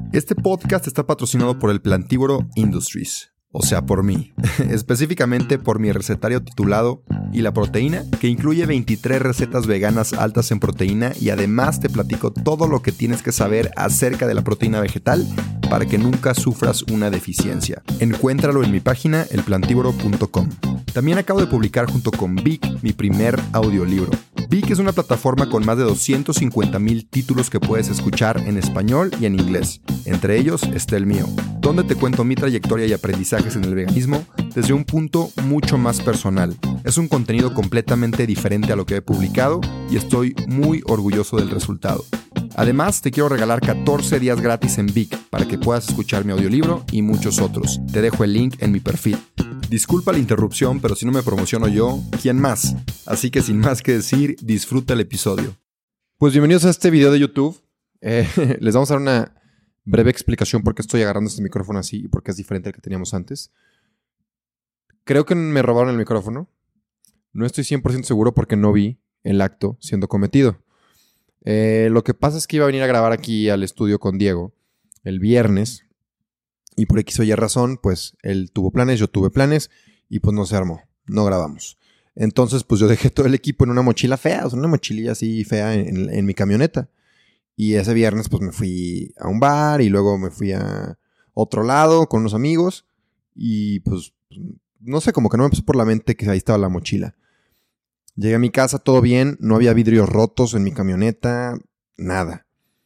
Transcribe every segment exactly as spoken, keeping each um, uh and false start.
Este podcast está patrocinado por el Plantívoro Industries, o sea, por mí, específicamente por mi recetario titulado ¿Y la proteína?, que incluye veintitrés recetas veganas altas en proteína y además te platico todo lo que tienes que saber acerca de la proteína vegetal para que nunca sufras una deficiencia. Encuéntralo en mi página el plantívoro punto com. También acabo de publicar junto con Vic mi primer audiolibro. Vic es una plataforma con más de doscientos cincuenta mil títulos que puedes escuchar en español y en inglés. Entre ellos está el mío, donde te cuento mi trayectoria y aprendizajes en el veganismo desde un punto mucho más personal. Es un contenido completamente diferente a lo que he publicado y estoy muy orgulloso del resultado. Además, te quiero regalar catorce días gratis en Vic para que puedas escuchar mi audiolibro y muchos otros. Te dejo el link en mi perfil. Disculpa la interrupción, pero si no me promociono yo, ¿quién más? Así que sin más que decir, disfruta el episodio. Pues bienvenidos a este video de YouTube. Eh, les vamos a dar una breve explicación por qué estoy agarrando este micrófono así y por qué es diferente al que teníamos antes. Creo que me robaron el micrófono. No estoy cien por ciento seguro porque no vi el acto siendo cometido. Eh, lo que pasa es que iba a venir a grabar aquí al estudio con Diego el viernes. Y por X o Y razón, pues él tuvo planes, yo tuve planes y pues no se armó, no grabamos. Entonces pues yo dejé todo el equipo en una mochila fea, o sea, una mochililla así fea en, en, en mi camioneta. Y ese viernes pues me fui a un bar y luego me fui a otro lado con unos amigos. Y pues no sé, como que no me pasó por la mente que ahí estaba la mochila. Llegué a mi casa, todo bien, no había vidrios rotos en mi camioneta, nada.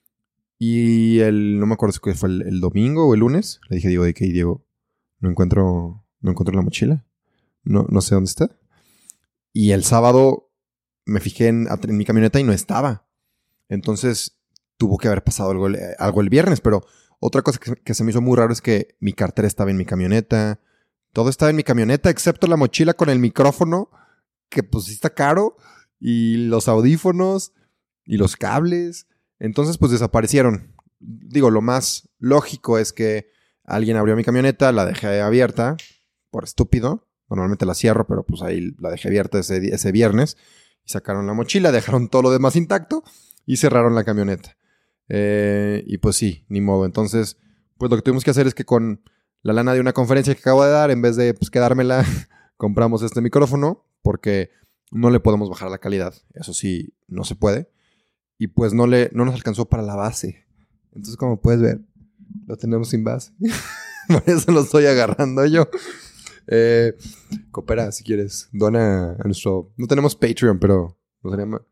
Y el, no me acuerdo si fue el, el domingo o el lunes, le dije a Diego, de que Diego, no encuentro, no encuentro la mochila, no, no sé dónde está. Y el sábado me fijé en, en mi camioneta y no estaba. Entonces tuvo que haber pasado algo, algo el viernes, pero otra cosa que, que se me hizo muy raro es que mi cartera estaba en mi camioneta, todo estaba en mi camioneta excepto la mochila con el micrófono, que pues sí está caro, y los audífonos, y los cables. Entonces, pues desaparecieron. Digo, lo más lógico es que alguien abrió mi camioneta, la dejé abierta, por estúpido. Normalmente la cierro, pero pues ahí la dejé abierta ese, ese viernes. Y sacaron la mochila, dejaron todo lo demás intacto y cerraron la camioneta. Eh, y pues sí, ni modo. Entonces, pues lo que tuvimos que hacer es que con la lana de una conferencia que acabo de dar, en vez de pues quedármela, compramos este micrófono, porque no le podemos bajar la calidad. Eso sí, no se puede. Y pues no, le, no nos alcanzó para la base. Entonces, como puedes ver, lo tenemos sin base. Por eso lo estoy agarrando yo. Eh, coopera, si quieres. Dona a nuestro... No tenemos Patreon, pero... ¿no se llama?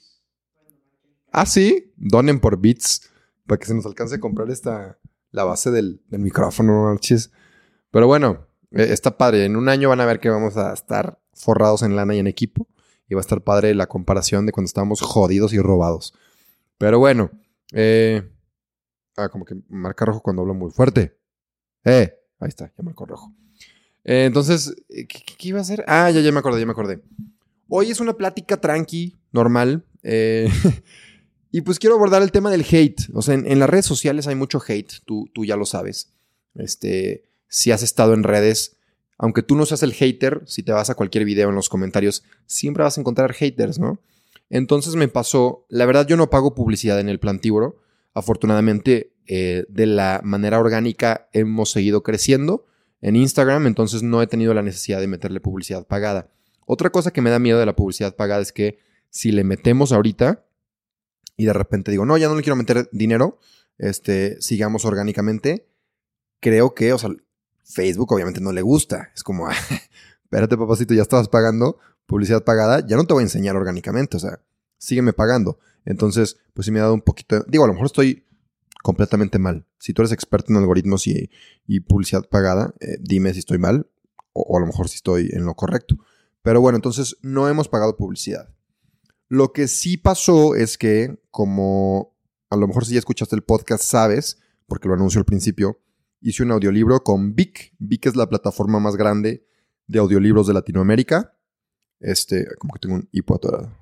Ah, sí. Donen por bits. Para que se nos alcance a comprar esta... La base del, del micrófono. Chis. Pero bueno, eh, está padre. En un año van a ver que vamos a estar forrados en lana y en equipo. Y va a estar padre la comparación de cuando estábamos jodidos y robados. Pero bueno. Eh... Ah, como que marca rojo cuando hablo muy fuerte. Eh, ahí está, ya marcó rojo. Eh, entonces, ¿qué, ¿qué iba a hacer? Ah, ya, ya me acordé, ya me acordé. Hoy es una plática tranqui, normal. Eh, y pues quiero abordar el tema del hate. O sea, en, en las redes sociales hay mucho hate. Tú, tú ya lo sabes. Este, si has estado en redes... Aunque tú no seas el hater, si te vas a cualquier video en los comentarios, siempre vas a encontrar haters, ¿no? Entonces me pasó... La verdad, yo no pago publicidad en el Plantívoro. Afortunadamente, eh, de la manera orgánica hemos seguido creciendo en Instagram, entonces no he tenido la necesidad de meterle publicidad pagada. Otra cosa que me da miedo de la publicidad pagada es que si le metemos ahorita y de repente digo, no, ya no le quiero meter dinero, este, sigamos orgánicamente, creo que, o sea... Facebook obviamente no le gusta. Es como, espérate papacito, ya estabas pagando publicidad pagada, ya no te voy a enseñar orgánicamente, o sea, sígueme pagando. Entonces, pues sí me ha dado un poquito de... Digo, a lo mejor estoy completamente mal. Si tú eres experto en algoritmos y, y publicidad pagada, eh, dime si estoy mal o, o a lo mejor si estoy en lo correcto. Pero bueno, entonces no hemos pagado publicidad. Lo que sí pasó es que, como a lo mejor si ya escuchaste el podcast sabes, porque lo anuncio al principio, hice un audiolibro con Vic. Vic es la plataforma más grande de audiolibros de Latinoamérica. Este, como que tengo un hipo atorado.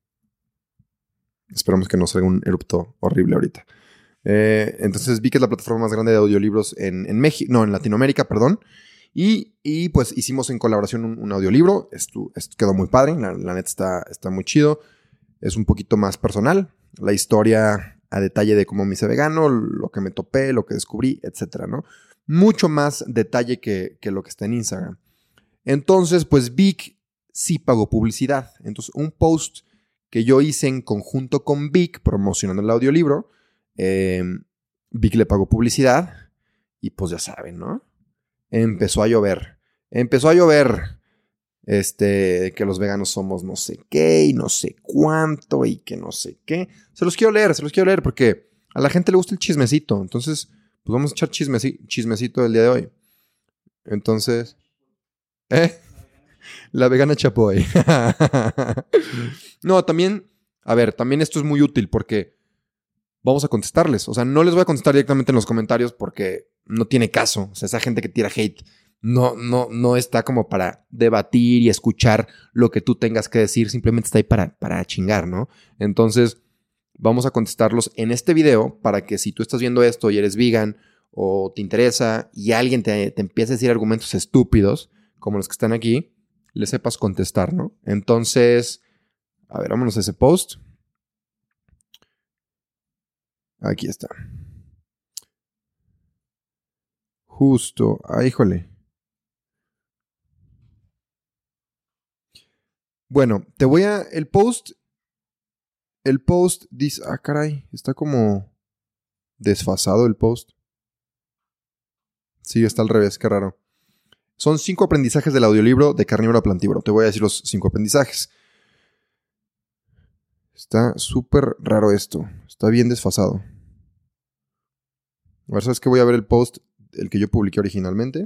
Esperamos que no salga un erupto horrible ahorita. Eh, entonces Vic es la plataforma más grande de audiolibros en, en México, no, en Latinoamérica, perdón. Y, y pues hicimos en colaboración un, un audiolibro. Esto, esto quedó muy padre. La, la neta está, está muy chido. Es un poquito más personal. La historia a detalle de cómo me hice vegano, lo que me topé, lo que descubrí, etcétera, ¿no? Mucho más detalle que, que lo que está en Instagram. Entonces, pues Vic sí pagó publicidad. Entonces, un post que yo hice en conjunto con Vic, promocionando el audiolibro, eh, Vic le pagó publicidad y pues ya saben, ¿no? Empezó a llover. Empezó a llover. Este, que los veganos somos no sé qué y no sé cuánto y que no sé qué. Se los quiero leer, se los quiero leer porque a la gente le gusta el chismecito. Entonces, pues vamos a echar chismeci- chismecito el día de hoy. Entonces, ¿eh? La vegana Chapoy. No, también, a ver, también esto es muy útil porque vamos a contestarles. O sea, no les voy a contestar directamente en los comentarios porque no tiene caso. O sea, esa gente que tira hate no, no, no está como para debatir y escuchar lo que tú tengas que decir. Simplemente está ahí para, para chingar, ¿no? Entonces, vamos a contestarlos en este video para que si tú estás viendo esto y eres vegan o te interesa y alguien te, te empieza a decir argumentos estúpidos como los que están aquí, le sepas contestar, ¿no? Entonces, a ver, vámonos a ese post. Aquí está. Justo. Ah, híjole. Bueno, te voy a... El post... El post dice... Ah, caray. Está como desfasado el post. Sí, está al revés. Qué raro. Son cinco aprendizajes del audiolibro de Carnívoro a Plantívoro. Te voy a decir los cinco aprendizajes. Está súper raro esto. Está bien desfasado. A ver, ¿sabes qué? Voy a ver el post, el que yo publiqué originalmente.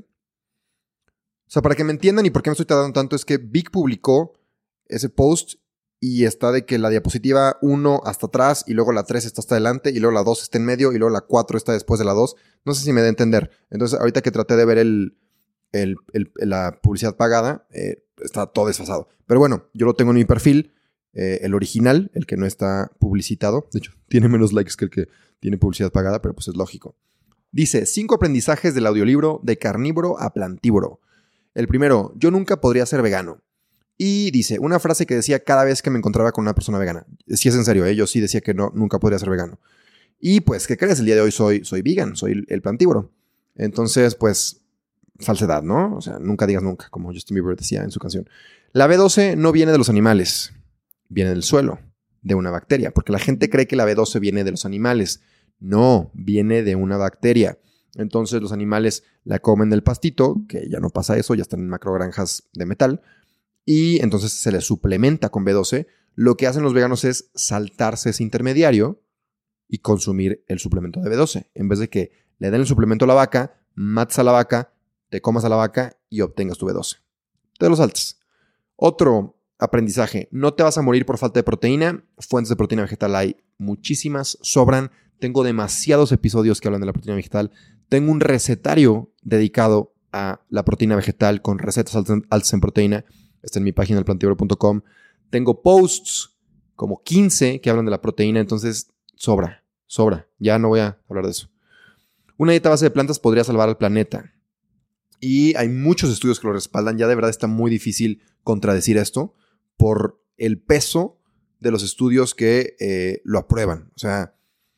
O sea, para que me entiendan y por qué me estoy tardando tanto, es que Vic publicó ese post y está de que la diapositiva uno hasta atrás y luego la tres está hasta adelante y luego la dos está en medio y luego la cuatro está después de la dos. No sé si me da a entender. Entonces, ahorita que traté de ver el, el, el, la publicidad pagada, eh, está todo desfasado. Pero bueno, yo lo tengo en mi perfil. Eh, el original, el que no está publicitado. De hecho, tiene menos likes que el que tiene publicidad pagada, pero pues es lógico. Dice, cinco aprendizajes del audiolibro de Carnívoro a Plantívoro. El primero, yo nunca podría ser vegano. Y dice, una frase que decía cada vez que me encontraba con una persona vegana. Si es en serio, ¿eh? Yo sí decía que no, nunca podría ser vegano. Y pues, ¿qué crees? El día de hoy soy, soy vegan, soy el, el plantívoro. Entonces, pues, falsedad, ¿no? O sea, nunca digas nunca, como Justin Bieber decía en su canción. La B doce no viene de los animales, viene del suelo, de una bacteria. Porque la gente cree que la B doce viene de los animales. No, viene de una bacteria. Entonces los animales la comen del pastito, que ya no pasa eso, ya están en macrogranjas de metal, y entonces se les suplementa con B doce. Lo que hacen los veganos es saltarse ese intermediario y consumir el suplemento de B doce. En vez de que le den el suplemento a la vaca, mates a la vaca, te comas a la vaca y obtengas tu B doce. Te lo saltas. Otro aprendizaje, no te vas a morir por falta de proteína. Fuentes de proteína vegetal hay muchísimas, sobran. Tengo demasiados episodios que hablan de la proteína vegetal. Tengo un recetario dedicado a la proteína vegetal con recetas altas en proteína. Está en mi página, el plantívoro punto com. Tengo posts, como quince, que hablan de la proteína. Entonces, sobra, sobra. Ya no voy a hablar de eso. Una dieta a base de plantas podría salvar al planeta. Y hay muchos estudios que lo respaldan. Ya de verdad está muy difícil contradecir esto por el peso de los estudios que eh, lo aprueban. O sea,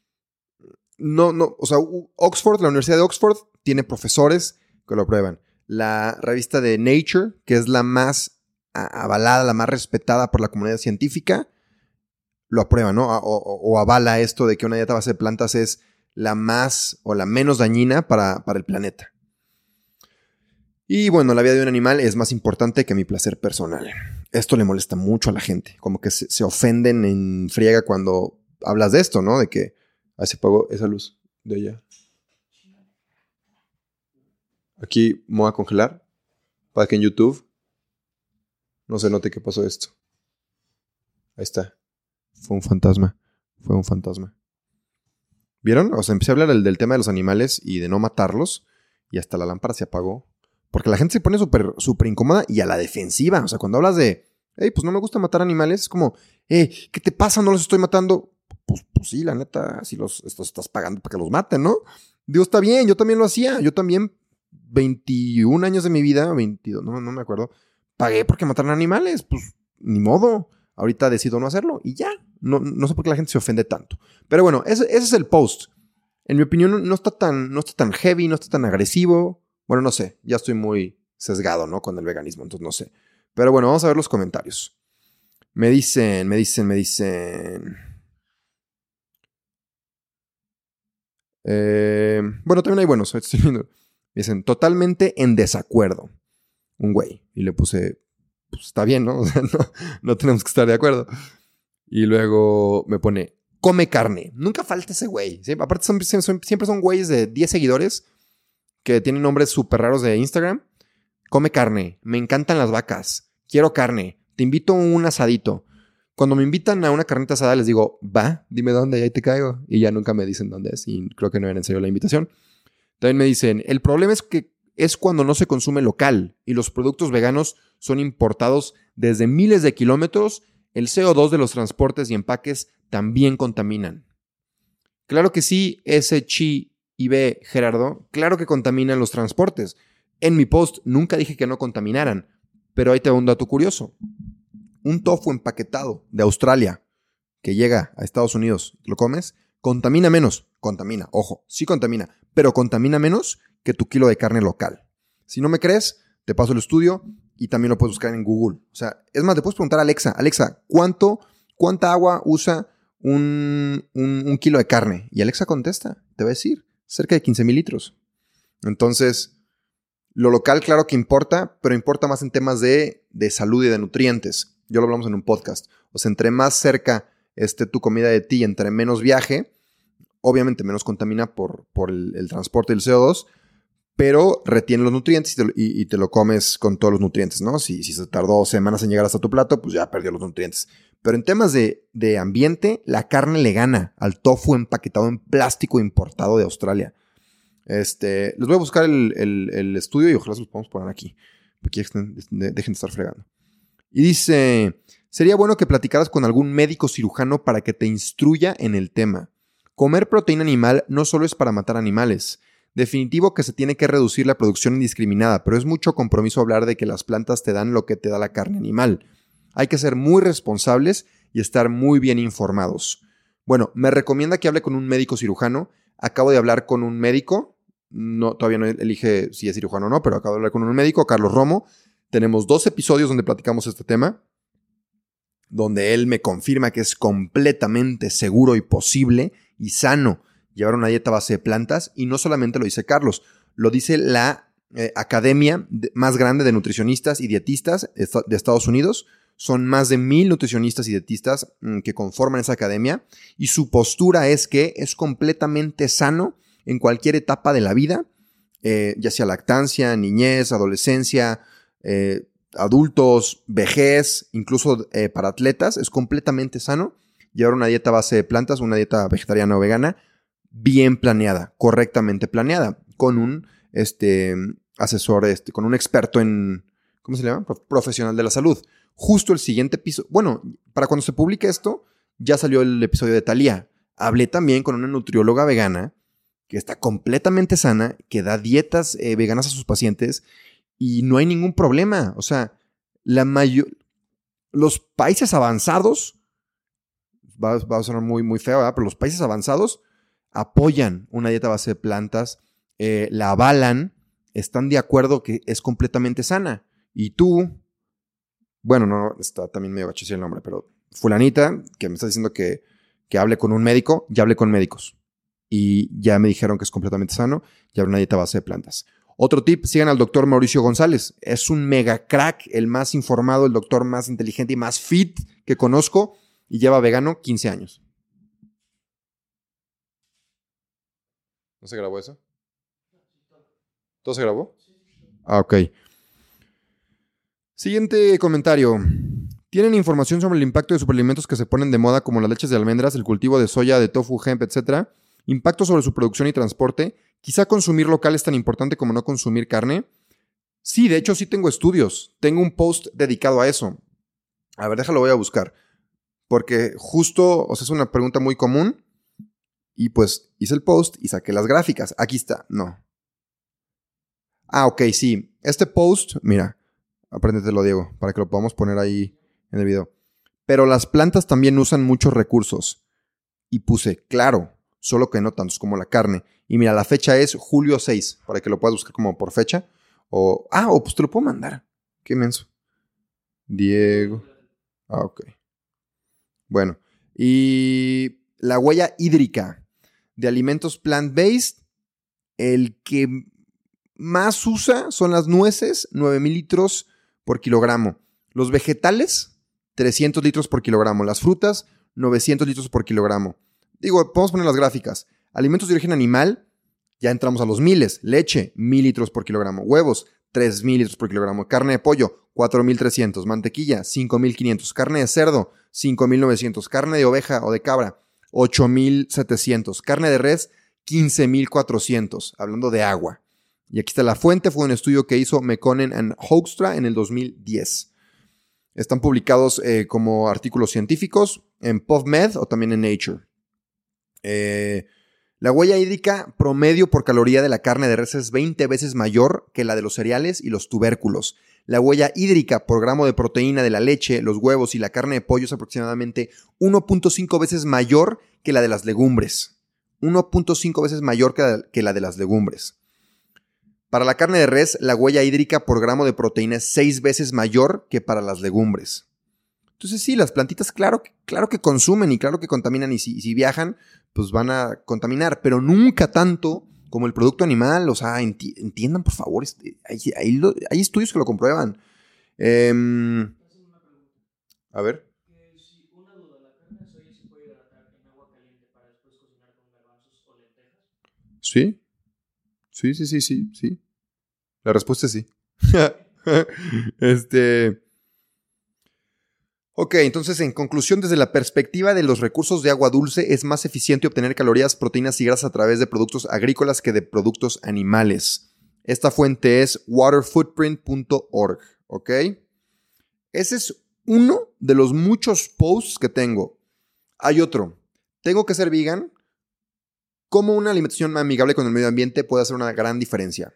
no, no, o sea, Oxford, la Universidad de Oxford, tiene profesores que lo aprueban. La revista de Nature, que es la más avalada, la más respetada por la comunidad científica, lo aprueba, ¿no? O, o, o avala esto de que una dieta a base de plantas es la más o la menos dañina para, para el planeta. Y bueno, la vida de un animal es más importante que mi placer personal. Esto le molesta mucho a la gente, como que se, se ofenden en friega cuando hablas de esto, ¿no? De que ahí se apagó esa luz de allá. Aquí me voy a congelar para que en YouTube no se note que pasó esto. Ahí está. Fue un fantasma. Fue un fantasma. ¿Vieron? O sea, empecé a hablar del, del tema de los animales y de no matarlos y hasta la lámpara se apagó. Porque la gente se pone súper súper incómoda y a la defensiva. O sea, cuando hablas de, hey, pues no me gusta matar animales, es como, eh, ¿qué te pasa? ¿No los estoy matando? Pues, pues sí, la neta, si los, los estás pagando para que los maten, ¿no? Digo, está bien, yo también lo hacía. Yo también, veintiún años de mi vida, veintidós, no, no me acuerdo, pagué porque mataran animales. Pues, ni modo. ahorita decido no hacerlo y ya. No, no sé por qué la gente se ofende tanto. Pero bueno, ese, ese es el post. En mi opinión no está, tan, no está tan heavy, no está tan agresivo. Bueno, no sé, ya estoy muy sesgado, ¿no? Con el veganismo, entonces no sé. Pero bueno, vamos a ver los comentarios. Me dicen, me dicen, me dicen... Eh, bueno, también hay buenos. Estoy viendo. Me dicen, totalmente en desacuerdo. Un güey. Y le puse, pues está bien, ¿no? O sea, no, no tenemos que estar de acuerdo. Y luego me pone, come carne. Nunca falta ese güey. ¿Sí? Aparte, son, son, siempre son güeyes de diez seguidores que tienen nombres súper raros de Instagram. Come carne. Me encantan las vacas. Quiero carne. Te invito a un asadito. Cuando me invitan a una carnita asada, les digo, va, dime dónde y ahí te caigo. Y ya nunca me dicen dónde es. Y creo que no era en serio la invitación. También me dicen, el problema es que es cuando no se consume local y los productos veganos son importados desde miles de kilómetros. El C O dos de los transportes y empaques también contaminan. Claro que sí, S, Chi y B, Gerardo, claro que contaminan los transportes. En mi post nunca dije que no contaminaran, pero ahí te va un dato curioso. Un tofu empaquetado de Australia que llega a Estados Unidos, lo comes, contamina menos. Contamina, ojo, sí contamina, pero contamina menos que tu kilo de carne local. Si no me crees, te paso el estudio y también lo puedes buscar en Google. O sea, es más, te puedes preguntar a Alexa, Alexa, ¿cuánto, cuánta agua usa un, un, un kilo de carne? Y Alexa contesta, te va a decir, cerca de quince mil litros. Entonces, lo local claro que importa, pero importa más en temas de, de salud y de nutrientes. Ya lo hablamos en un podcast. O sea, entre más cerca esté tu comida de ti, entre menos viaje, obviamente menos contamina por, por el, el transporte del C O dos, pero retiene los nutrientes y te, y, y te lo comes con todos los nutrientes, ¿no? Si, si se tardó semanas en llegar hasta tu plato, pues ya perdió los nutrientes. Pero en temas de, de ambiente, la carne le gana al tofu empaquetado en plástico importado de Australia. Este, les voy a buscar el, el, el estudio y ojalá se los podamos poner aquí. Porque dejen de estar fregando. Y dice, sería bueno que platicaras con algún médico cirujano para que te instruya en el tema. Comer proteína animal no solo es para matar animales. Definitivo que se tiene que reducir la producción indiscriminada, pero es mucho compromiso hablar de que las plantas te dan lo que te da la carne animal. Hay que ser muy responsables y estar muy bien informados. Bueno, me recomienda que hable con un médico cirujano. Acabo de hablar con un médico. No, todavía no elige si es cirujano o no, pero acabo de hablar con un médico, Carlos Romo. Tenemos dos episodios donde platicamos este tema, donde él me confirma que es completamente seguro y posible y sano llevar una dieta a base de plantas. Y no solamente lo dice Carlos, lo dice la eh, academia de, más grande de nutricionistas y dietistas de Estados Unidos. Son más de mil nutricionistas y dietistas mmm, que conforman esa academia. Y su postura es que es completamente sano en cualquier etapa de la vida, eh, ya sea lactancia, niñez, adolescencia, Eh, adultos, vejez, incluso eh, para atletas, es completamente sano llevar una dieta a base de plantas, una dieta vegetariana o vegana, bien planeada, correctamente planeada, con un este, asesor, este, con un experto en, ¿cómo se llama? Profesional de la salud. Justo el siguiente episodio, bueno, para cuando se publique esto, ya salió el episodio de Thalía. Hablé también con una nutrióloga vegana que está completamente sana, que da dietas eh, veganas a sus pacientes. Y no hay ningún problema. O sea, la mayor, los países avanzados, va, va a sonar muy, muy feo, ¿verdad? Pero los países avanzados apoyan una dieta a base de plantas, eh, la avalan, están de acuerdo que es completamente sana. Y tú, bueno, no, está también medio gacho el nombre, pero fulanita, que me está diciendo que, que hable con un médico, ya hablé con médicos. Y ya me dijeron que es completamente sano, ya una dieta a base de plantas. Otro tip, sigan al doctor Mauricio González. Es un mega crack, el más informado, el doctor más inteligente y más fit que conozco y lleva vegano quince años. ¿No se grabó eso? ¿Todo se grabó? Ah, ok. Siguiente comentario. ¿Tienen información sobre el impacto de superalimentos que se ponen de moda como las leches de almendras, el cultivo de soya, de tofu, hemp, etcétera? Impacto sobre su producción y transporte. Quizá consumir local es tan importante como no consumir carne. Sí, de hecho sí tengo estudios. Tengo un post dedicado a eso. A ver, déjalo, voy a buscar. Porque justo, o sea, es una pregunta muy común. Y pues hice el post y saqué las gráficas. Aquí está, no. Ah, ok, sí. Este post, mira, apréndetelo, Diego, para que lo podamos poner ahí en el video. Pero las plantas también usan muchos recursos. Y puse, claro, solo que no tantos como la carne. Y mira, la fecha es julio seis, para que lo puedas buscar como por fecha. O, ah, o pues te lo puedo mandar. Qué menso. Diego. Ah, ok. Bueno, y la huella hídrica de alimentos plant-based, el que más usa son las nueces, nueve mil litros por kilogramo. Los vegetales, trescientos litros por kilogramo. Las frutas, novecientos litros por kilogramo. Digo, podemos poner las gráficas. Alimentos de origen animal, ya entramos a los miles. Leche, mil litros por kilogramo. Huevos, tres mil litros por kilogramo. Carne de pollo, cuatro mil trescientos. Mantequilla, cinco mil quinientos. Carne de cerdo, cinco mil novecientos. Carne de oveja o de cabra, ocho mil setecientos. Carne de res, quince mil cuatrocientos. Hablando de agua. Y aquí está la fuente. Fue un estudio que hizo Mekonnen and Hoekstra en el dos mil diez. Están publicados eh, como artículos científicos en PubMed o también en Nature. Eh, la huella hídrica promedio por caloría de la carne de res es veinte veces mayor que la de los cereales y los tubérculos. La huella hídrica por gramo de proteína de la leche, los huevos y la carne de pollo es aproximadamente uno punto cinco veces mayor que la de las legumbres. uno punto cinco veces mayor que la, que la de las legumbres. Para la carne de res, la huella hídrica por gramo de proteína es seis veces mayor que para las legumbres. Entonces sí, las plantitas claro, claro que consumen y claro que contaminan y si, si viajan, pues van a contaminar, pero nunca tanto como el producto animal. O sea, enti- entiendan por favor, este, hay, hay, lo, hay estudios que lo comprueban. Eh, a ver. ¿Sí? Sí, sí, sí, sí, sí. La respuesta es sí. este... Ok, entonces en conclusión, desde la perspectiva de los recursos de agua dulce, es más eficiente obtener calorías, proteínas y grasas a través de productos agrícolas que de productos animales. Esta fuente es water footprint punto org, ¿ok? Ese es uno de los muchos posts que tengo. Hay otro. Tengo que ser vegan. ¿Cómo una alimentación amigable con el medio ambiente puede hacer una gran diferencia?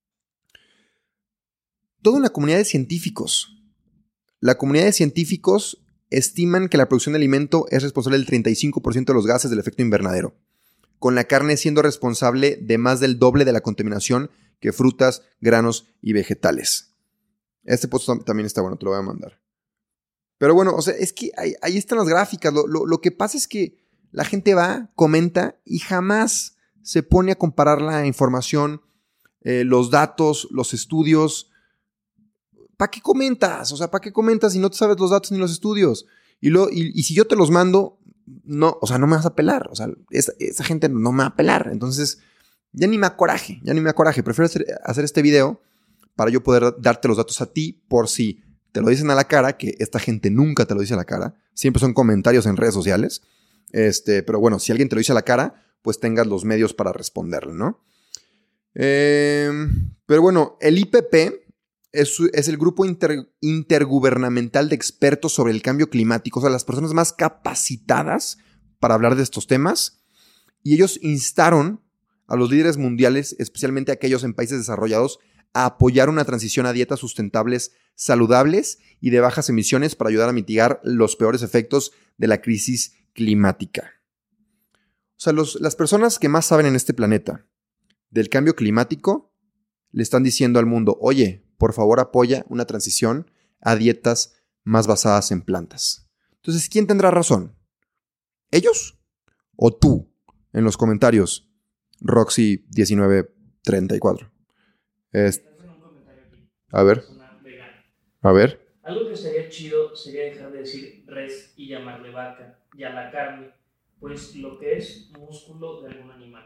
Toda una comunidad de científicos. La comunidad de científicos estiman que la producción de alimento es responsable del treinta y cinco por ciento de los gases del efecto invernadero, con la carne siendo responsable de más del doble de la contaminación que frutas, granos y vegetales. Este post también está bueno, te lo voy a mandar. Pero bueno, o sea, es que ahí, ahí están las gráficas. Lo, lo, lo que pasa es que la gente va, comenta y jamás se pone a comparar la información, eh, los datos, los estudios. ¿Para qué comentas? O sea, ¿para qué comentas si no te sabes los datos ni los estudios? Y, lo, y, y si yo te los mando, no, o sea, no me vas a pelar. O sea, esa, esa gente no me va a pelar. Entonces, ya ni me acoraje, ya ni me acoraje. Prefiero hacer, hacer este video para yo poder darte los datos a ti por si te lo dicen a la cara, que esta gente nunca te lo dice a la cara. Siempre son comentarios en redes sociales. Este, pero bueno, si alguien te lo dice a la cara, pues tengas los medios para responderle, ¿no? Eh, pero bueno, el I P P es, es el grupo inter, intergubernamental de expertos sobre el cambio climático, o sea, las personas más capacitadas para hablar de estos temas. Y ellos instaron a los líderes mundiales, especialmente aquellos en países desarrollados, a apoyar una transición a dietas sustentables, saludables y de bajas emisiones para ayudar a mitigar los peores efectos de la crisis climática. O sea, los, las personas que más saben en este planeta del cambio climático le están diciendo al mundo, oye, por favor apoya una transición a dietas más basadas en plantas. Entonces, ¿quién tendrá razón? ¿Ellos? ¿O tú? En los comentarios, Roxy diecinueve treinta y cuatro. Es... A ver. A ver. Algo que sería chido sería dejar de decir res y llamarle vaca, y a la carne, pues lo que es músculo de algún animal.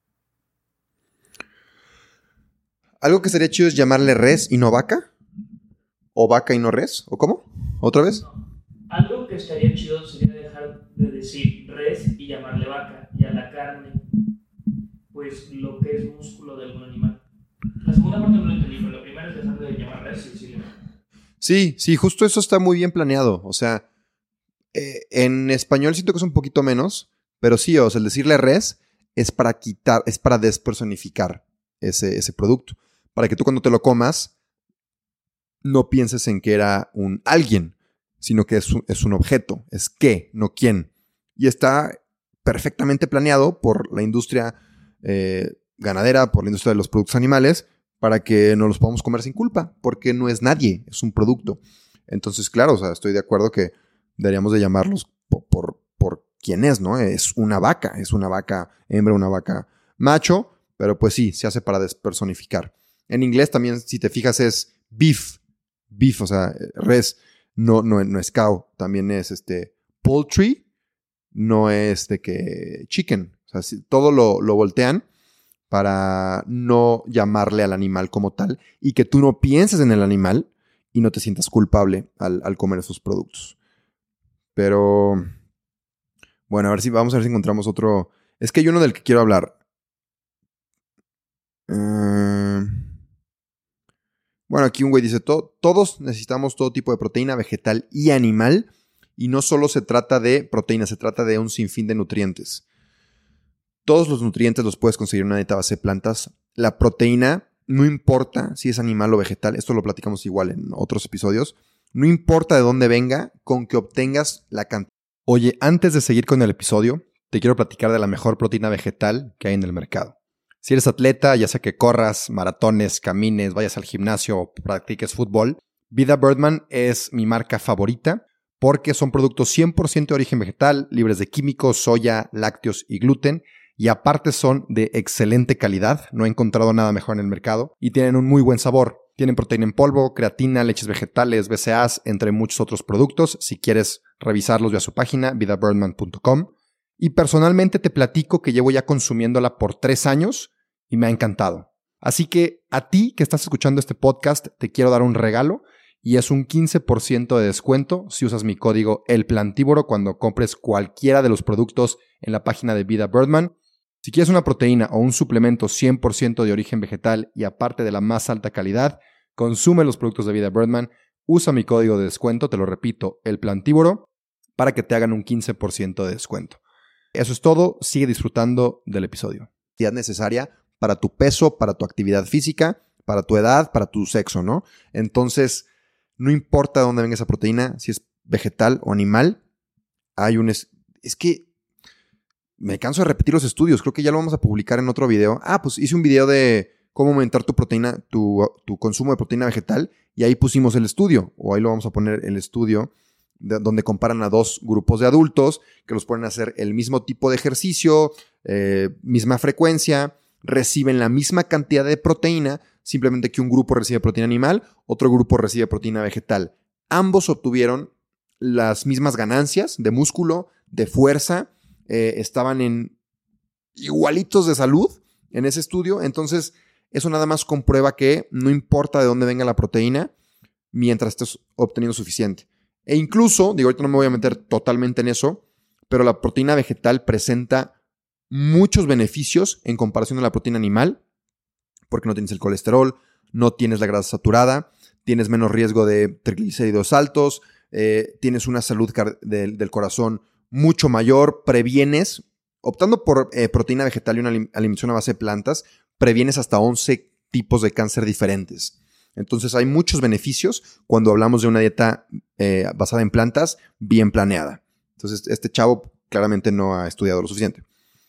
¿Algo que sería chido es llamarle res y no vaca? ¿O vaca y no res? ¿O cómo? ¿Otra vez? No. Algo que estaría chido sería dejar de decir res y llamarle vaca, y a la carne, pues lo que es músculo de algún animal. La segunda parte no lo entendí, pero la primera es dejar de llamar res y decirle. Sí, sí, justo eso está muy bien planeado. O sea, eh, en español siento que es un poquito menos, pero sí, o sea, el decirle res es para quitar, es para despersonificar ese, ese producto. Para que tú cuando te lo comas no pienses en que era un alguien, sino que es un, es un objeto, es qué, no quién. Y está perfectamente planeado por la industria eh, ganadera, por la industria de los productos animales, para que no los podamos comer sin culpa, porque no es nadie, es un producto. Entonces, claro, o sea, estoy de acuerdo que deberíamos de llamarlos por, por, por quién es, ¿no? Es una vaca, es una vaca hembra, una vaca macho, pero pues sí, se hace para despersonificar. En inglés también, si te fijas, es beef, beef, o sea, res, no, no, no es cow, también es este poultry, no es de que chicken, o sea, si, todo lo, lo voltean para no llamarle al animal como tal y que tú no pienses en el animal y no te sientas culpable al, al comer esos productos. Pero, bueno, a ver si vamos a ver si encontramos otro. Es que hay uno del que quiero hablar. Uh, bueno, aquí un güey dice, todos necesitamos todo tipo de proteína vegetal y animal y no solo se trata de proteína, se trata de un sinfín de nutrientes. Todos los nutrientes los puedes conseguir en una dieta base de plantas. La proteína, no importa si es animal o vegetal, esto lo platicamos igual en otros episodios, no importa de dónde venga, con que obtengas la cantidad. Oye, antes de seguir con el episodio, te quiero platicar de la mejor proteína vegetal que hay en el mercado. Si eres atleta, ya sea que corras, maratones, camines, vayas al gimnasio o practiques fútbol, Vida Birdman es mi marca favorita porque son productos cien por ciento de origen vegetal, libres de químicos, soya, lácteos y gluten, y aparte son de excelente calidad, no he encontrado nada mejor en el mercado, y tienen un muy buen sabor. Tienen proteína en polvo, creatina, leches vegetales, B C A As, entre muchos otros productos. Si quieres revisarlos, ve a su página, vida birdman punto com. Y personalmente te platico que llevo ya consumiéndola por tres años y me ha encantado. Así que a ti que estás escuchando este podcast, te quiero dar un regalo y es un quince por ciento de descuento si usas mi código El Plantívoro cuando compres cualquiera de los productos en la página de Vida Birdman. Si quieres una proteína o un suplemento cien por ciento de origen vegetal y aparte de la más alta calidad, consume los productos de Vida Birdman, usa mi código de descuento, te lo repito, El Plantívoro, para que te hagan un quince por ciento de descuento. Eso es todo, sigue disfrutando del episodio. Es necesaria para tu peso, para tu actividad física, para tu edad, para tu sexo, ¿no? Entonces, no importa de dónde venga esa proteína, si es vegetal o animal, hay un... Es, es que me canso de repetir los estudios, creo que ya lo vamos a publicar en otro video. Ah, pues hice un video de cómo aumentar tu proteína, tu, tu consumo de proteína vegetal, y ahí pusimos el estudio, o ahí lo vamos a poner el estudio, de, donde comparan a dos grupos de adultos que los ponen a hacer el mismo tipo de ejercicio, eh, misma frecuencia, reciben la misma cantidad de proteína, simplemente que un grupo recibe proteína animal, otro grupo recibe proteína vegetal. Ambos obtuvieron las mismas ganancias de músculo, de fuerza, eh, estaban en igualitos de salud en ese estudio. Entonces, eso nada más comprueba que no importa de dónde venga la proteína, mientras estés obteniendo suficiente. E incluso, digo, ahorita no me voy a meter totalmente en eso, pero la proteína vegetal presenta muchos beneficios en comparación a la proteína animal, porque no tienes el colesterol, no tienes la grasa saturada, tienes menos riesgo de triglicéridos altos, eh, tienes una salud car- de, del corazón mucho mayor, previenes, optando por eh, proteína vegetal y una alim- alimentación a base de plantas, previenes hasta once tipos de cáncer diferentes. Entonces hay muchos beneficios cuando hablamos de una dieta eh, basada en plantas bien planeada. Entonces este chavo claramente no ha estudiado lo suficiente.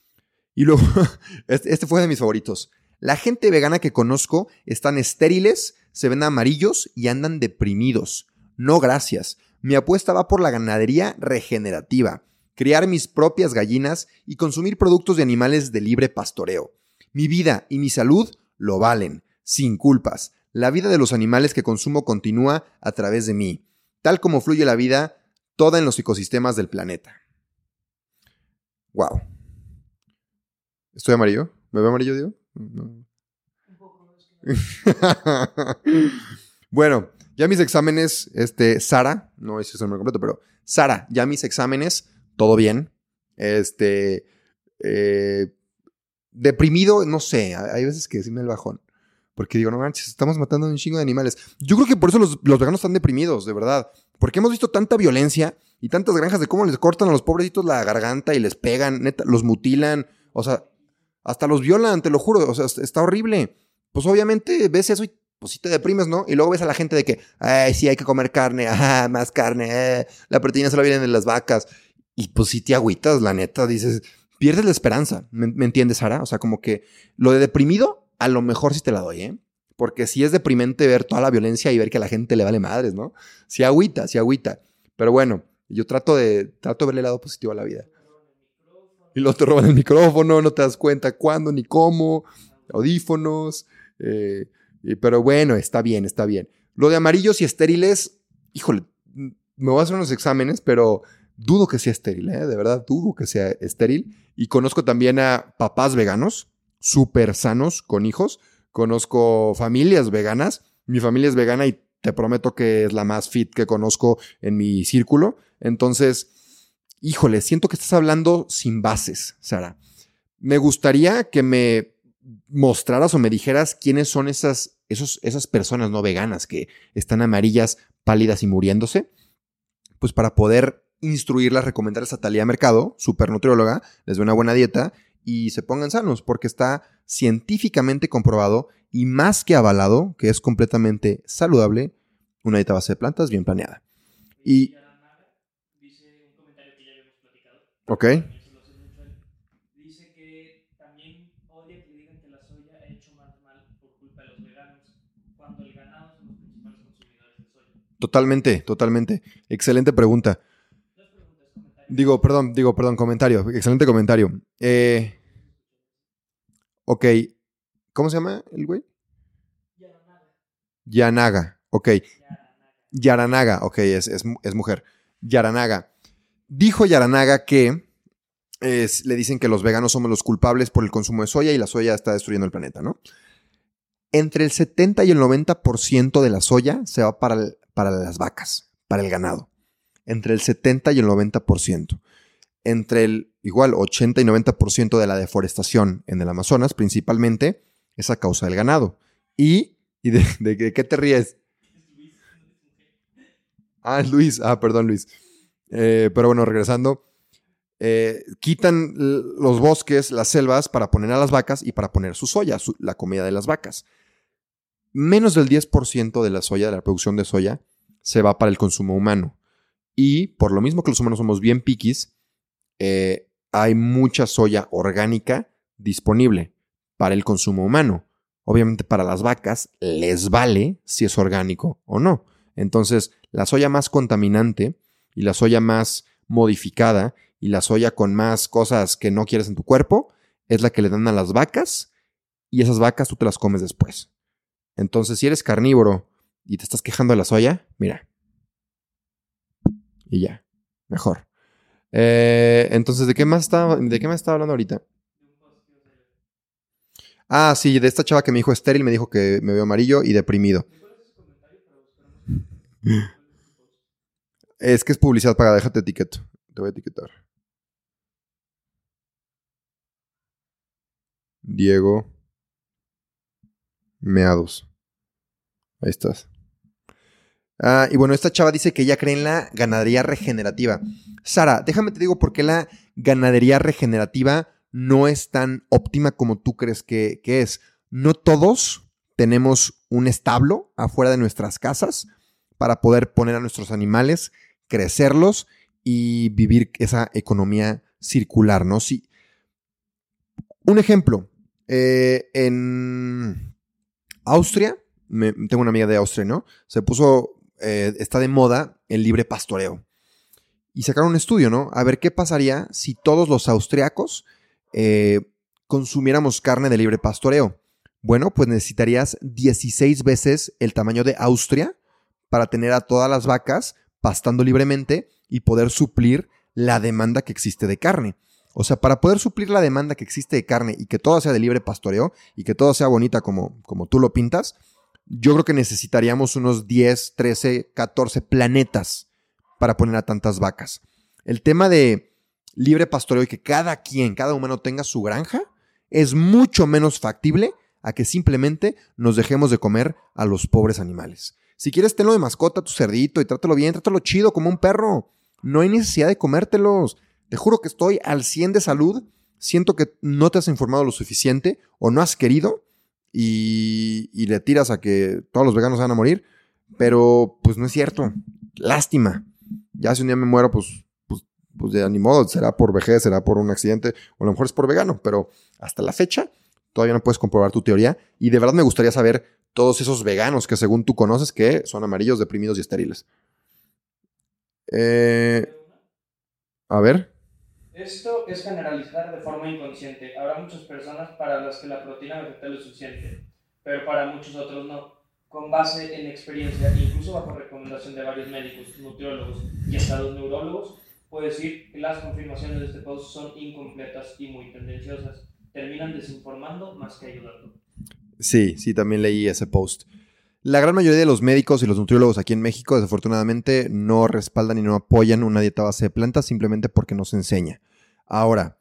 Y luego, este fue de mis favoritos. La gente vegana que conozco están estériles, se ven amarillos y andan deprimidos. No, gracias. Mi apuesta va por la ganadería regenerativa, criar mis propias gallinas y consumir productos de animales de libre pastoreo. Mi vida y mi salud lo valen, sin culpas. La vida de los animales que consumo continúa a través de mí, tal como fluye la vida toda en los ecosistemas del planeta. Wow. ¿Estoy amarillo? ¿Me veo amarillo, Diego? No. Un poco más. Bueno, ya mis exámenes, este, Sara, no es el nombre completo, pero Sara, ya mis exámenes, todo bien. Este, eh, deprimido, no sé, hay veces que sí me da el bajón. Porque digo, no manches, estamos matando a un chingo de animales. Yo creo que por eso los, los veganos están deprimidos, de verdad. Porque hemos visto tanta violencia y tantas granjas de cómo les cortan a los pobrecitos la garganta y les pegan, neta, los mutilan. O sea, hasta los violan, te lo juro. O sea, está horrible. Pues obviamente ves eso y pues sí te deprimes, ¿no? Y luego ves a la gente de que, ay, sí, hay que comer carne, ajá, más carne, eh, la proteína solo viene de las vacas. Y pues sí te agüitas, la neta, dices, pierdes la esperanza, ¿me, me entiendes, Sara? O sea, como que lo de deprimido, a lo mejor sí te la doy, ¿eh? Porque sí es deprimente ver toda la violencia y ver que a la gente le vale madres, ¿no? Sí agüita, sí agüita. Pero bueno, yo trato de, trato de verle el lado positivo a la vida. Y luego te roban el micrófono, no te das cuenta cuándo ni cómo, audífonos, eh, eh, pero bueno, está bien, está bien. Lo de amarillos y estériles, híjole, me voy a hacer unos exámenes, pero dudo que sea estéril, ¿eh? De verdad, dudo que sea estéril. Y conozco también a papás veganos, súper sanos, con hijos. Conozco familias veganas. Mi familia es vegana y te prometo que es la más fit que conozco en mi círculo. Entonces, híjole, siento que estás hablando sin bases, Sara. Me gustaría que me mostraras o me dijeras quiénes son esas, esos, esas personas no veganas que están amarillas, pálidas y muriéndose, pues para poder instruirlas, recomendarles a Talía Mercado, super nutrióloga, les dé una buena dieta y se pongan sanos, porque está científicamente comprobado y más que avalado que es completamente saludable una dieta a base de plantas bien planeada. Y dice un comentario que ya habíamos platicado. Ok. Dice que también odia que digan que la soya ha hecho más mal por culpa de los veganos, cuando el ganado son los principales consumidores de soya. Totalmente, totalmente. Excelente pregunta. Dos preguntas, comentarios. Digo, perdón, digo, perdón, comentario. Excelente comentario. Eh, ok. ¿Cómo se llama el güey? Yaranaga. Yanaga. Ok. Yaranaga. Yaranaga. Ok, es, es, es mujer. Yaranaga. Dijo Yaranaga que es, le dicen que los veganos somos los culpables por el consumo de soya y la soya está destruyendo el planeta, ¿no? Entre el setenta y el noventa por ciento de la soya se va para, el, para las vacas, para el ganado. Entre el setenta y el noventa por ciento. Entre el igual ochenta y noventa por ciento de la deforestación en el Amazonas, principalmente, es a causa del ganado. ¿Y, y de, de, de qué te ríes? Ah, es Luis. Ah, perdón, Luis. Eh, pero bueno, regresando. Eh, quitan los bosques, las selvas, para poner a las vacas y para poner su soya, su, la comida de las vacas. Menos del diez por ciento de la soya, de la producción de soya, se va para el consumo humano. Y por lo mismo que los humanos somos bien piquis, eh, hay mucha soya orgánica disponible para el consumo humano. Obviamente para las vacas les vale si es orgánico o no. Entonces, la soya más contaminante y la soya más modificada y la soya con más cosas que no quieres en tu cuerpo es la que le dan a las vacas y esas vacas tú te las comes después. Entonces, si eres carnívoro y te estás quejando de la soya, mira. Y ya, mejor. Eh, entonces, ¿de qué más estaba, de qué me estaba hablando ahorita? Ah, sí, de esta chava que me dijo estéril, me dijo que me veo amarillo y deprimido. Es que es publicidad pagada, déjate etiqueto. Te voy a etiquetar. Diego Meados. Ahí estás. Ah, y bueno, esta chava dice que ella cree en la ganadería regenerativa. Sara, déjame te digo por qué la ganadería regenerativa no es tan óptima como tú crees que, que es. No todos tenemos un establo afuera de nuestras casas para poder poner a nuestros animales, crecerlos y vivir esa economía circular, ¿no? Sí. Un ejemplo, eh, en Austria, me, tengo una amiga de Austria, ¿no? Se puso, eh, está de moda el libre pastoreo. Y sacaron un estudio, ¿no? A ver qué pasaría si todos los austriacos eh, consumiéramos carne de libre pastoreo. Bueno, pues necesitarías dieciséis veces el tamaño de Austria para tener a todas las vacas pastando libremente y poder suplir la demanda que existe de carne. O sea, para poder suplir la demanda que existe de carne y que todo sea de libre pastoreo y que todo sea bonita como, como tú lo pintas, yo creo que necesitaríamos unos diez, trece, catorce planetas para poner a tantas vacas. El tema de libre pastoreo y que cada quien, cada humano tenga su granja es mucho menos factible a que simplemente nos dejemos de comer a los pobres animales. Si quieres, tenlo de mascota, tu cerdito, y trátalo bien, trátalo chido, como un perro. No hay necesidad de comértelos. Te juro que estoy al cien de salud. Siento que no te has informado lo suficiente o no has querido. y, y le tiras a que todos los veganos van a morir, pero pues no es cierto. Lástima. Ya si un día me muero, pues, pues, pues de ni modo, será por vejez, será por un accidente, o a lo mejor es por vegano, pero hasta la fecha todavía no puedes comprobar tu teoría, y de verdad me gustaría saber todos esos veganos que según tú conoces que son amarillos, deprimidos y estériles. Eh, a ver. Esto es generalizar de forma inconsciente. Habrá muchas personas para las que la proteína vegetal es suficiente, pero para muchos otros no. Con base en experiencia, incluso bajo recomendación de varios médicos, nutriólogos y hasta los neurólogos, puedo decir que las confirmaciones de este post son incompletas y muy tendenciosas. Terminan desinformando más que ayudando. Sí, sí, también leí ese post. La gran mayoría de los médicos y los nutriólogos aquí en México, desafortunadamente, no respaldan y no apoyan una dieta a base de plantas simplemente porque no se enseña. Ahora,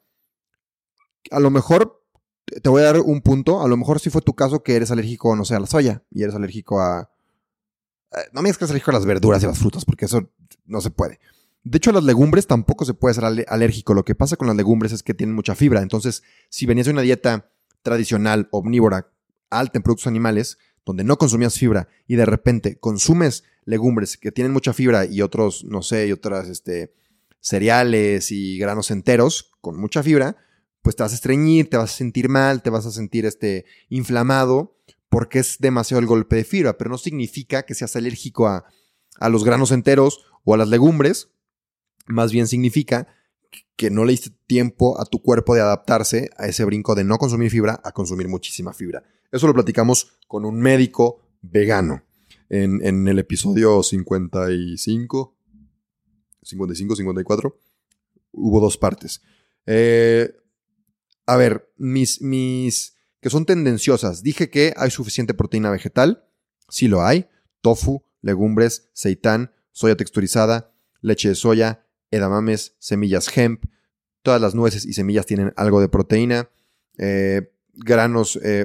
a lo mejor, te voy a dar un punto, a lo mejor sí fue tu caso que eres alérgico, no sé, a la soya y eres alérgico a... No me digas que eres alérgico a las verduras y a las frutas, porque eso no se puede. De hecho, a las legumbres tampoco se puede ser al- alérgico. Lo que pasa con las legumbres es que tienen mucha fibra. Entonces, si venías de una dieta tradicional, omnívora, alta en productos animales, donde no consumías fibra y de repente consumes legumbres que tienen mucha fibra y otros, no sé, y otras este, cereales y granos enteros con mucha fibra, pues te vas a estreñir, te vas a sentir mal, te vas a sentir este, inflamado porque es demasiado el golpe de fibra, pero no significa que seas alérgico a, a los granos enteros o a las legumbres, más bien significa que no le diste tiempo a tu cuerpo de adaptarse a ese brinco de no consumir fibra a consumir muchísima fibra. Eso lo platicamos con un médico vegano en, en el episodio cincuenta y cinco, cincuenta y cinco, cincuenta y cuatro. Hubo dos partes. Eh, a ver, mis, mis que son tendenciosas. Dije que hay suficiente proteína vegetal. Sí lo hay. Tofu, legumbres, seitán, soya texturizada, leche de soya, edamames, semillas hemp. Todas las nueces y semillas tienen algo de proteína. Eh, granos... Eh,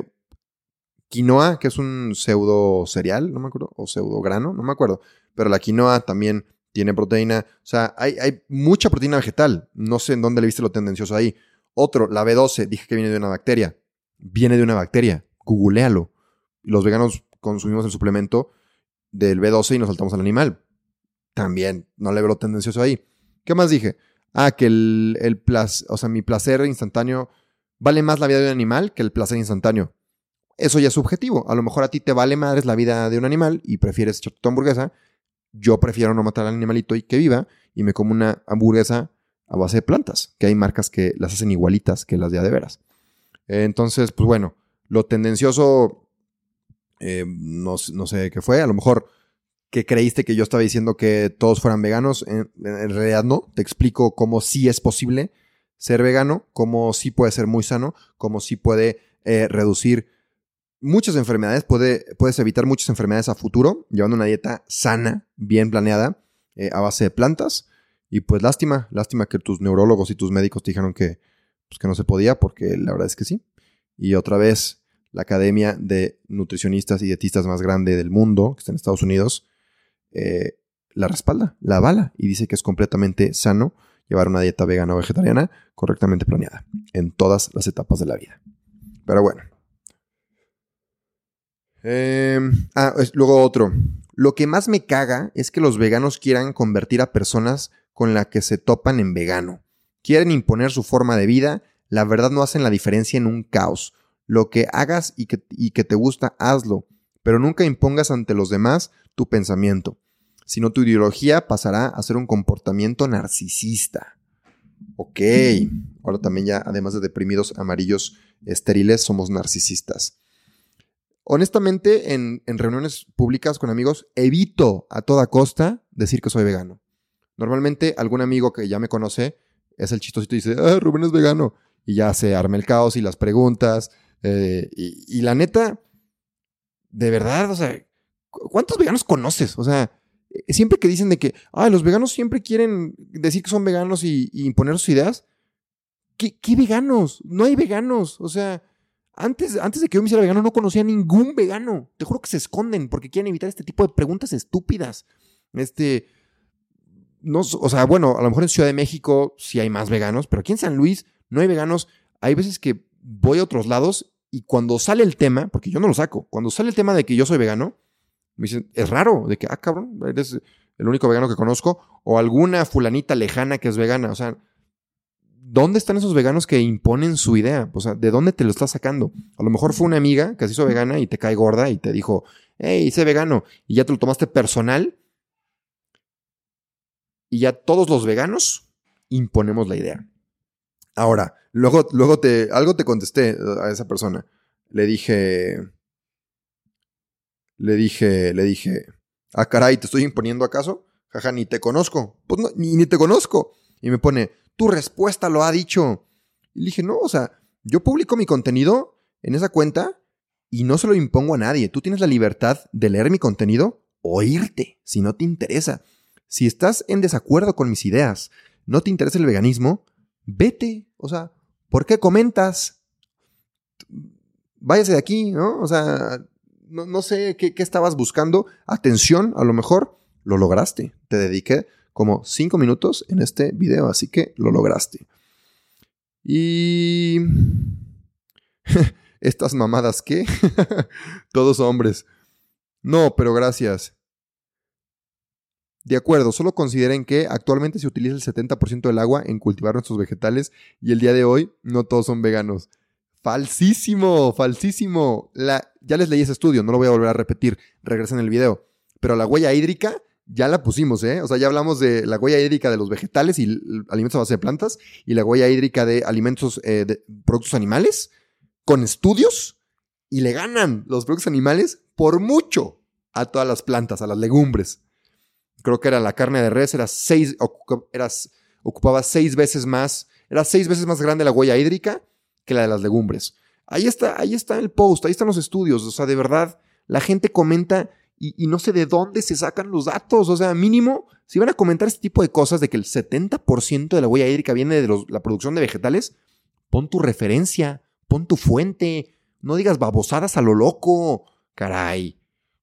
Quinoa, que es un pseudo cereal, no me acuerdo, o pseudo grano, no me acuerdo, pero la quinoa también tiene proteína, o sea, hay, hay mucha proteína vegetal, no sé en dónde le viste lo tendencioso ahí. Otro, la B doce, dije que viene de una bacteria, viene de una bacteria, googlealo. Los veganos consumimos el suplemento del B doce y nos saltamos al animal, también, no le veo lo tendencioso ahí. ¿Qué más dije? Ah, que el, el placer, o sea, mi placer instantáneo, vale más la vida de un animal que el placer instantáneo. Eso ya es subjetivo. A lo mejor a ti te vale madres la vida de un animal y prefieres echarte tu hamburguesa. Yo prefiero no matar al animalito y que viva y me como una hamburguesa a base de plantas, que hay marcas que las hacen igualitas que las de a de veras. Entonces, pues bueno, lo tendencioso, eh, no, no sé qué fue. A lo mejor que creíste que yo estaba diciendo que todos fueran veganos. En, en realidad no. Te explico cómo sí es posible ser vegano, cómo sí puede ser muy sano, cómo sí puede eh, reducir muchas enfermedades, puede, puedes evitar muchas enfermedades a futuro, llevando una dieta sana, bien planeada, eh, a base de plantas. Y pues lástima, lástima que tus neurólogos y tus médicos te dijeron que, pues, que no se podía, porque la verdad es que sí. Y otra vez, la academia de nutricionistas y dietistas más grande del mundo, que está en Estados Unidos, eh, la respalda, la avala y dice que es completamente sano llevar una dieta vegana o vegetariana correctamente planeada en todas las etapas de la vida. Pero bueno. Eh, ah, es, luego otro. Lo que más me caga es que los veganos quieran convertir a personas con las que se topan en vegano. Quieren imponer su forma de vida. La verdad no hacen la diferencia en un caos. Lo que hagas y que, y que te gusta, hazlo. Pero nunca impongas ante los demás tu pensamiento. Si no, tu ideología pasará a ser un comportamiento narcisista. Ok. Ahora también ya, además de deprimidos, amarillos, estériles, somos narcisistas. Honestamente, en, en reuniones públicas con amigos, evito a toda costa decir que soy vegano. Normalmente, algún amigo que ya me conoce es el chistosito y dice, ah, Rubén es vegano. Y ya se arma el caos y las preguntas. Eh, y, y la neta, de verdad, o sea, ¿cuántos veganos conoces? O sea, siempre que dicen de que, ah, los veganos siempre quieren decir que son veganos y, y imponer sus ideas. ¿Qué, qué veganos? No hay veganos, o sea... Antes, antes de que yo me hiciera vegano no conocía a ningún vegano. Te juro que se esconden porque quieren evitar este tipo de preguntas estúpidas. Este, no, o sea, bueno, a lo mejor en Ciudad de México sí hay más veganos, pero aquí en San Luis no hay veganos. Hay veces que voy a otros lados Y cuando sale el tema, porque yo no lo saco, cuando sale el tema de que yo soy vegano, me dicen, es raro, de que, ah, cabrón, eres el único vegano que conozco, o alguna fulanita lejana que es vegana. O sea, ¿dónde están esos veganos que imponen su idea? O sea, ¿de dónde te lo estás sacando? A lo mejor fue una amiga que se hizo vegana y te cae gorda y te dijo, hey, sé vegano, y ya te lo tomaste personal, y ya todos los veganos imponemos la idea. Ahora, luego, luego te, algo te contesté a esa persona. Le dije... Le dije, le dije, ah, caray, ¿te estoy imponiendo acaso? Jaja, ni te conozco. Pues no, ni, ni te conozco. Y me pone, tu respuesta lo ha dicho. Y le dije, no, o sea, yo publico mi contenido en esa cuenta y no se lo impongo a nadie. Tú tienes la libertad de leer mi contenido o irte, si no te interesa. Si estás en desacuerdo con mis ideas, no te interesa el veganismo, vete. O sea, ¿por qué comentas? Váyase de aquí, ¿no? O sea... No, no sé qué, qué estabas buscando. Atención, a lo mejor lo lograste. Te dediqué como cinco minutos en este video, así que lo lograste. Y... ¿Estas mamadas qué? Todos hombres. No, pero gracias. De acuerdo, solo consideren que actualmente se utiliza el setenta por ciento del agua en cultivar nuestros vegetales y el día de hoy no todos son veganos. Falsísimo, falsísimo. La, ya les leí ese estudio, no lo voy a volver a repetir. Regresen el video. Pero la huella hídrica ya la pusimos, ¿eh? O sea, ya hablamos de la huella hídrica de los vegetales y alimentos a base de plantas y la huella hídrica de alimentos, eh, de productos animales con estudios y le ganan los productos animales por mucho a todas las plantas, a las legumbres. Creo que era la carne de res, era seis, era, ocupaba seis veces más, era seis veces más grande la huella hídrica que la de las legumbres. Ahí está, ahí está el post, ahí están los estudios. O sea, de verdad, la gente comenta y, y no sé de dónde se sacan los datos. O sea, mínimo, si van a comentar este tipo de cosas de que el setenta por ciento de la huella hídrica viene de los, la producción de vegetales, pon tu referencia, pon tu fuente. No digas babosadas a lo loco. Caray.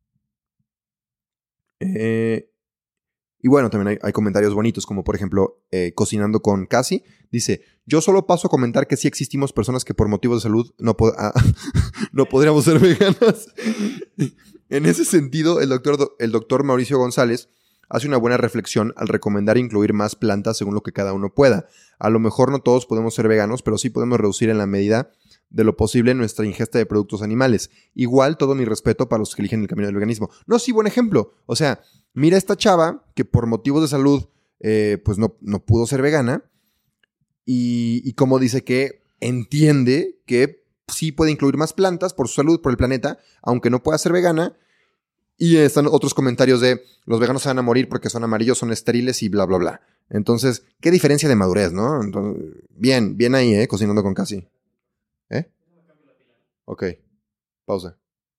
Eh... Y bueno, también hay, hay comentarios bonitos, como por ejemplo, eh, Cocinando con Casi, dice, yo solo paso a comentar que sí existimos personas que por motivos de salud no, po- ah, no podríamos ser veganas. En ese sentido, el doctor, el doctor Mauricio González hace una buena reflexión al recomendar incluir más plantas según lo que cada uno pueda. A lo mejor no todos podemos ser veganos, pero sí podemos reducir en la medida de lo posible nuestra ingesta de productos animales. Igual, todo mi respeto para los que eligen el camino del veganismo. No, sí, buen ejemplo. O sea... Mira esta chava que por motivos de salud eh, pues no, no pudo ser vegana y, y como dice que entiende que sí puede incluir más plantas por su salud, por el planeta, aunque no pueda ser vegana. Y están otros comentarios de los veganos se van a morir porque son amarillos, son estériles y bla, bla, bla. Entonces, qué diferencia de madurez, ¿no? Entonces, bien, bien ahí, ¿eh? Cocinando con Casi. ¿Eh? Ok, pausa.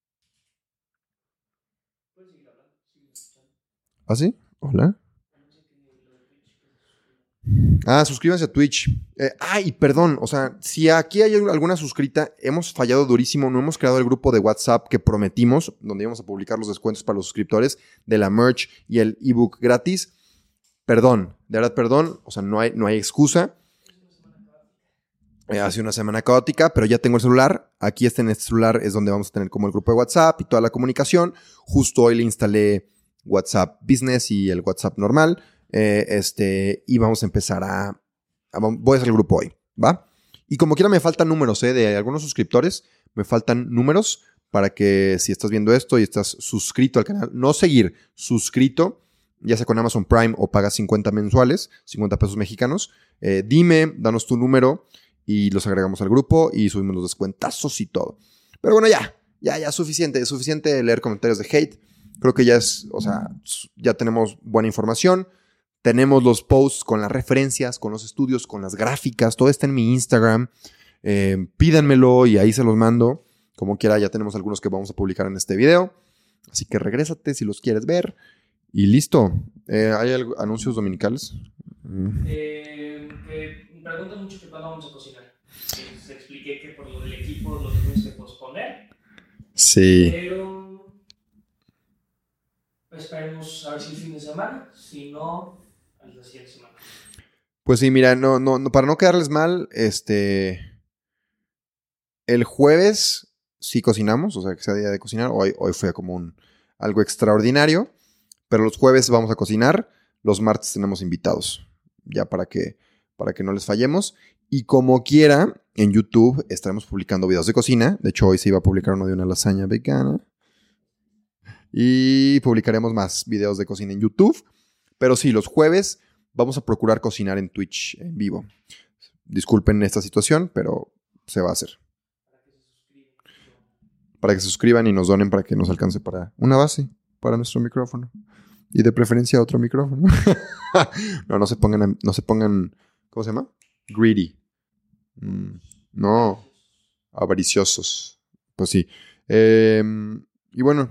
¿Ah, sí? Hola. Ah, suscríbanse a Twitch. Eh, ay, perdón, o sea, si aquí hay alguna suscrita, hemos fallado durísimo, no hemos creado el grupo de WhatsApp que prometimos, donde íbamos a publicar los descuentos para los suscriptores de la merch y el ebook gratis. Perdón, de verdad, perdón, o sea, no hay, no hay excusa. Eh, hace una semana caótica, pero ya tengo el celular. Aquí está en este celular, es donde vamos a tener como el grupo de WhatsApp y toda la comunicación. Justo hoy le instalé WhatsApp Business y el WhatsApp normal. Eh, este, y vamos a empezar a, a... Voy a hacer el grupo hoy, ¿va? Y como quiera me faltan números, ¿eh? De algunos suscriptores, me faltan números para que si estás viendo esto y estás suscrito al canal, no seguir, suscrito, ya sea con Amazon Prime o pagas cincuenta mensuales, cincuenta pesos mexicanos, eh, dime, danos tu número y los agregamos al grupo y subimos los descuentazos y todo. Pero bueno, ya, ya, ya, suficiente, es suficiente leer comentarios de hate. Creo que ya es, o sea, ya tenemos buena información. Tenemos los posts con las referencias, con los estudios, con las gráficas. Todo está en mi Instagram. Eh, pídanmelo y ahí se los mando. Como quiera, ya tenemos algunos que vamos a publicar en este video. Así que regrésate si los quieres ver. Y listo. Eh, ¿Hay algo, anuncios dominicales? Eh, me preguntan mucho que cuándo vamos a cocinar. Les expliqué que por lo del equipo lo tuvimos que posponer. Sí. Pero esperemos a ver si el fin de semana. Si no, a la siguiente semana. Pues sí, mira, no, no, no, para no quedarles mal, este... el jueves sí cocinamos, o sea, que sea día de cocinar. Hoy, hoy fue como un, algo extraordinario, pero los jueves vamos a cocinar. Los martes tenemos invitados, ya para que, para que no les fallemos. Y como quiera, en YouTube estaremos publicando videos de cocina. De hecho, hoy se iba a publicar uno de una lasaña vegana. Y publicaremos más videos de cocina en YouTube. Pero sí, los jueves vamos a procurar cocinar en Twitch en vivo. Disculpen esta situación, pero se va a hacer. Para que se suscriban y nos donen para que nos alcance para una base, para nuestro micrófono. Y de preferencia otro micrófono. no, no se pongan, no se pongan, ¿cómo se llama? Greedy. Mm, no, avariciosos. Pues sí. Eh, y bueno.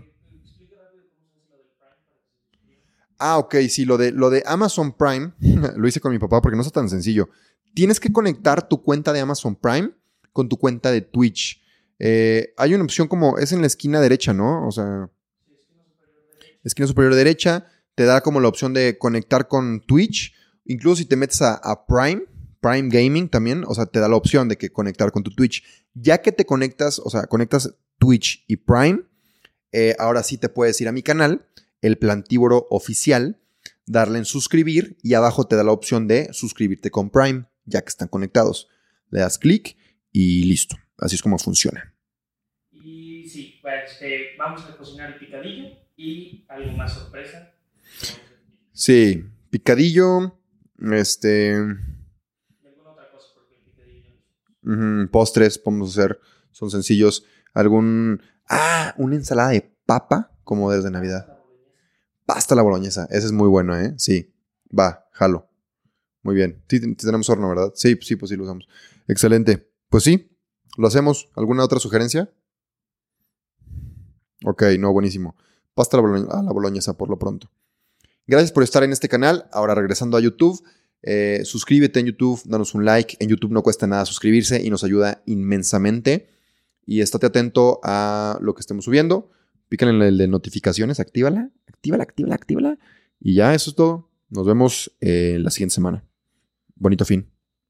Ah, ok, sí, lo de, lo de Amazon Prime, lo hice con mi papá porque no es tan sencillo. Tienes que conectar tu cuenta de Amazon Prime con tu cuenta de Twitch. Eh, hay una opción como, es en la esquina derecha, ¿no? O sea, esquina superior derecha, te da como la opción de conectar con Twitch. Incluso si te metes a, a Prime, Prime Gaming también, o sea, te da la opción de que conectar con tu Twitch. Ya que te conectas, o sea, conectas Twitch y Prime, eh, ahora sí te puedes ir a mi canal, El Plantívoro Oficial, darle en suscribir y abajo te da la opción de suscribirte con Prime, ya que están conectados. Le das clic y listo. Así es como funciona. Y sí, pues, eh, vamos a cocinar el picadillo y algo más sorpresa. Sí, picadillo, este... Y alguna otra cosa porque el picadillo... Uh, postres podemos hacer, son sencillos. Algún... Ah, una ensalada de papa, como desde Navidad. Pasta a la boloñesa, ese es muy bueno, ¿eh? Sí, va, jalo. Muy bien. Sí, tenemos horno, ¿verdad? Sí, sí, pues sí lo usamos. Excelente. Pues sí, lo hacemos. ¿Alguna otra sugerencia? Ok, no, buenísimo. Pasta a la, bolo- a la boloñesa por lo pronto. Gracias por estar en este canal. Ahora regresando a YouTube. Eh, suscríbete en YouTube, danos un like. En YouTube no cuesta nada suscribirse y nos ayuda inmensamente. Y estate atento a lo que estemos subiendo. Pícale en el de notificaciones, actívala, actívala, actívala, actívala. Y ya, eso es todo. Nos vemos eh, la siguiente semana. Bonito fin.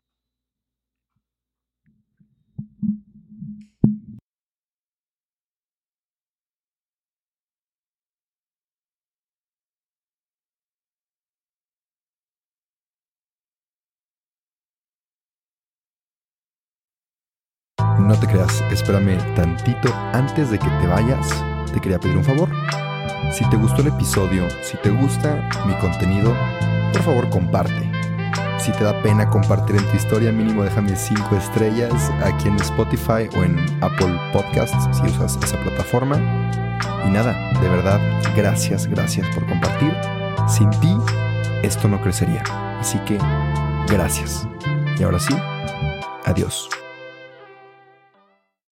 No te creas, espérame tantito antes de que te vayas. Te quería pedir un favor. Si te gustó el episodio, si te gusta mi contenido, por favor comparte. Si te da pena compartir en tu historia, mínimo déjame cinco estrellas aquí en Spotify o en Apple Podcasts si usas esa plataforma. Y nada, de verdad, gracias, gracias por compartir. Sin ti, esto no crecería. Así que, gracias. Y ahora sí, adiós.